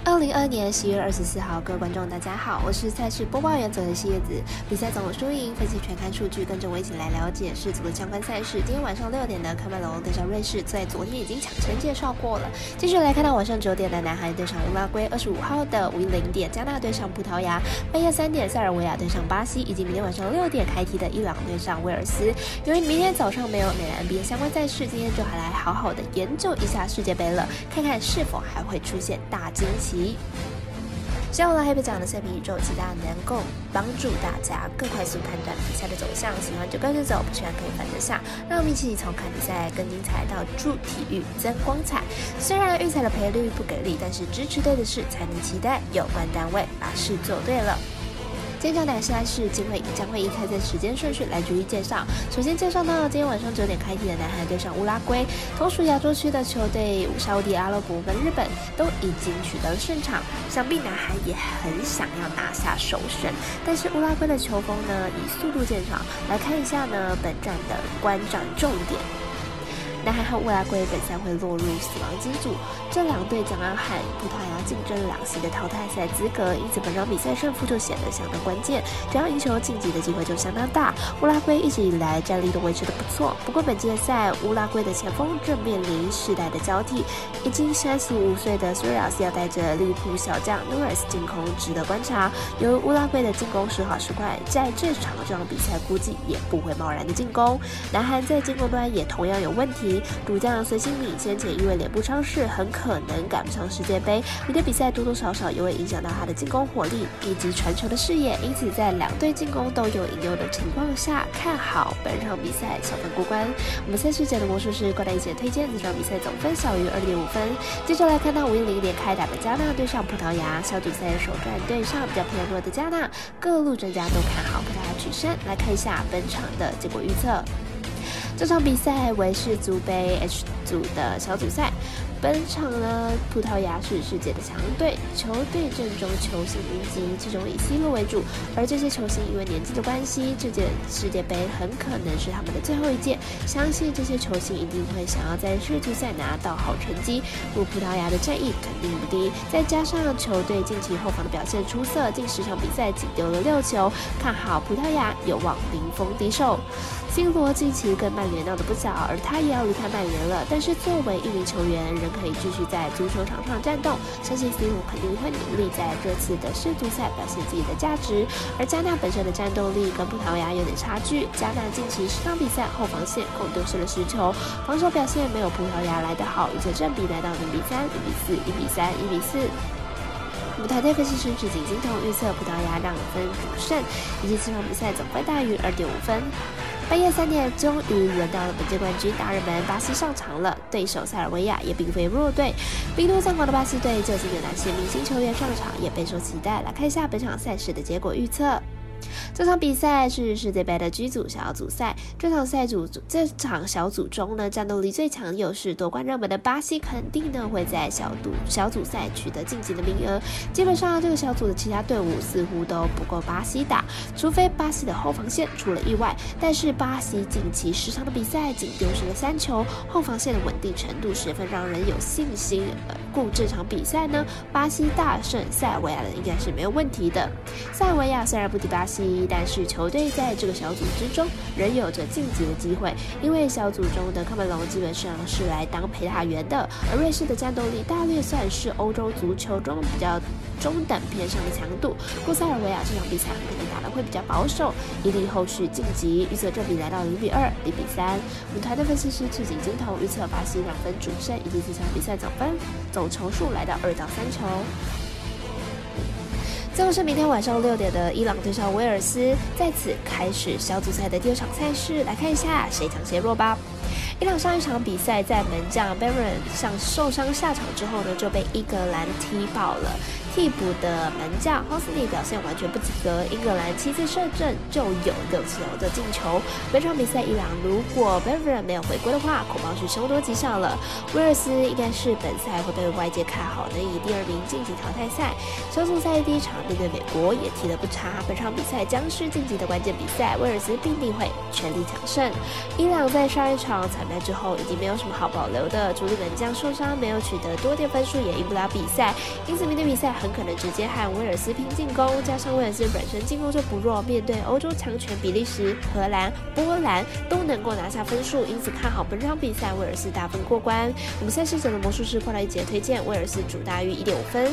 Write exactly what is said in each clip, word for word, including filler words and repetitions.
二零二二年十月二十四号，各位观众大家好，我是赛事播报员泽的谢叶子。比赛总有输赢，分析全看数据，跟着我一起来了解世足的相关赛事。今天晚上六点的喀麦隆对上瑞士，在昨天已经抢先介绍过了。继续来看到晚上九点的南韩对上乌拉圭，二十五号的午夜零点加纳对上葡萄牙，半夜三点塞尔维亚对上巴西，以及明天晚上六点开踢的伊朗对上威尔斯。由于明天早上没有美篮 N B A 相关赛事，今天就还来好好的研究一下世界杯了，看看是否还会出现大惊喜。希望黑白奖的赛评宇宙，期待能够帮助大家更快速判断比赛的走向。喜欢就跟着走，不喜欢可以反着下。让我们一起从看比赛更精彩到助体育增光彩。虽然预测的赔率不给力，但是支持对的事才能期待有关单位把事做对了。今天讲的赛事将会将会依开赛时间顺序来逐一介绍。首先介绍到今天晚上九点开踢的南韩对上乌拉圭，同属亚洲区的球队沙烏地阿拉伯跟日本都已经取得了胜场，想必南韩也很想要拿下首胜。但是乌拉圭的球风呢，以速度见长。来看一下呢本站的观战重点。南韩和乌拉圭本赛会落入死亡之组，这两队将要和葡萄牙竞争两席的淘汰赛资格，因此本场比赛胜负就显得相当关键，只要赢球晋级的机会就相当大。乌拉圭一直以来战力都维持得不错，不过本届赛乌拉圭的前锋正面临世代的交替，已经三十五岁的苏瑞尔斯要带着利物浦小将努尔斯进攻值得观察。由于乌拉圭的进攻时好时坏，在这场这场比赛估计也不会贸然的进攻。南韩在进攻端也同样有问题。主将孙兴敏先前因为脸部伤势，很可能赶不上世界杯。明天比赛多多少少也会影响到他的进攻火力以及传球的视野，因此在两队进攻都有引诱的情况下，看好本场比赛小分过关。我们赛事节的魔术师挂在一起推荐这场比赛总分小于二点五分。接着来看到午夜零点开打的加纳对上葡萄牙，小组赛首战对上比较偏弱的加纳，各路专家都看好葡萄牙取胜。来看一下本场的结果预测。这场比赛为世足杯 H 组的小组赛，本场呢，葡萄牙是世界的强队，球队阵中球星云集，其中以 C 罗为主，而这些球星因为年纪的关系，这届世界杯很可能是他们的最后一届，相信这些球星一定会想要在世足赛拿到好成绩，故葡萄牙的战意肯定不低，再加上球队近期后防的表现出色，近十场比赛仅丢了六球，看好葡萄牙有望零封敌手。C 罗近期跟曼联闹得不小，而他也要离开曼联了。但是作为一名球员，仍可以继续在足球场上战斗。相信 C 罗肯定会努力在这次的世足赛表现自己的价值。而加纳本身的战斗力跟葡萄牙有点差距，加纳近期十场比赛后防线共丢失了十球，防守表现没有葡萄牙来得好，预测正比来到零比三、零比四、一比三、一比四。我们台队分析师志景金童预测葡萄牙让分主胜，以及这场比赛总分大于二点五分。半夜三点，终于轮到了本届冠军大热门巴西上场了。对手塞尔维亚也并非弱队，兵多将广的巴西队究竟有哪些明星球员上场，也备受期待。来看一下本场赛事的结果预测。这场比赛是世界杯的 G 组小组赛，这场赛组这场小组中呢，战斗力最强又是夺冠热门的巴西，肯定呢会在小组小组赛取得晋级的名额。基本上这个小组的其他队伍似乎都不够巴西打，除非巴西的后防线出了意外。但是巴西近期十场的比赛仅丢失了三球，后防线的稳定程度十分让人有信心。呃，故这场比赛呢，巴西大胜塞尔维亚的应该是没有问题的。塞尔维亚虽然不敌巴西，但是球队在这个小组之中仍有着晋级的机会，因为小组中的喀麦隆基本上是来当陪打员的，而瑞士的战斗力大略算是欧洲足球中比较中等偏上的强度，故塞尔维亚这场比赛很可能打得会比较保守，以利后续晋级。预测正比来到零比二、零比三。我们团队分析师赤井金童预测巴西让分主胜，以及这场比赛总分总球数来到二到三球。最后是明天晚上六点的伊朗对上威尔斯，在此开始小组赛的第二场赛事，来看一下谁强谁弱吧。伊朗上一场比赛在门将 Baron 上受伤下场之后呢，就被英格兰踢爆了。替补的门将 Hosni 表现完全不及格，英格兰七次射正就有六球的进球。本场比赛伊朗如果 Baron 没有回归的话，恐怕是凶多吉少了。威尔斯应该是本赛会被外界看好能以第二名晋级淘汰赛。小组赛第一场面对美国也踢得不差，本场比赛将是晋级的关键比赛，威尔斯必定会全力抢胜。伊朗在上一场惨惨败之后，已经没有什么好保留的。主力门将受伤，没有取得多点分数，也赢不了比赛，因此明天比赛很可能直接和威尔斯拼进攻。加上威尔斯本身进攻就不弱，面对欧洲强权比利时、荷兰、波兰都能够拿下分数，因此看好本场比赛威尔斯大分过关。我们赛事整的魔术师过来一节推荐威尔斯主大于一点五分。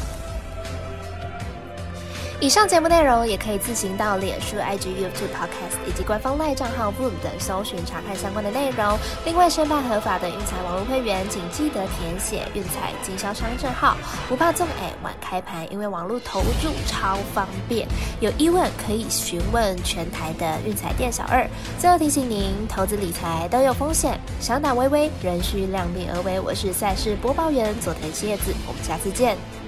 以上节目内容也可以自行到脸书、I G、YouTube、Podcast 以及官方 LINE 账号 Vroom 等搜寻查看相关的内容。另外，申办合法的运彩网络会员，请记得填写运彩经销商证号，不怕纵哎晚开盘，因为网络投注超方便。有疑问可以询问全台的运彩店小二。最后提醒您，投资理财都有风险，想打微微，仍需量力而为。我是赛事播报员佐藤希叶子，我们下次见。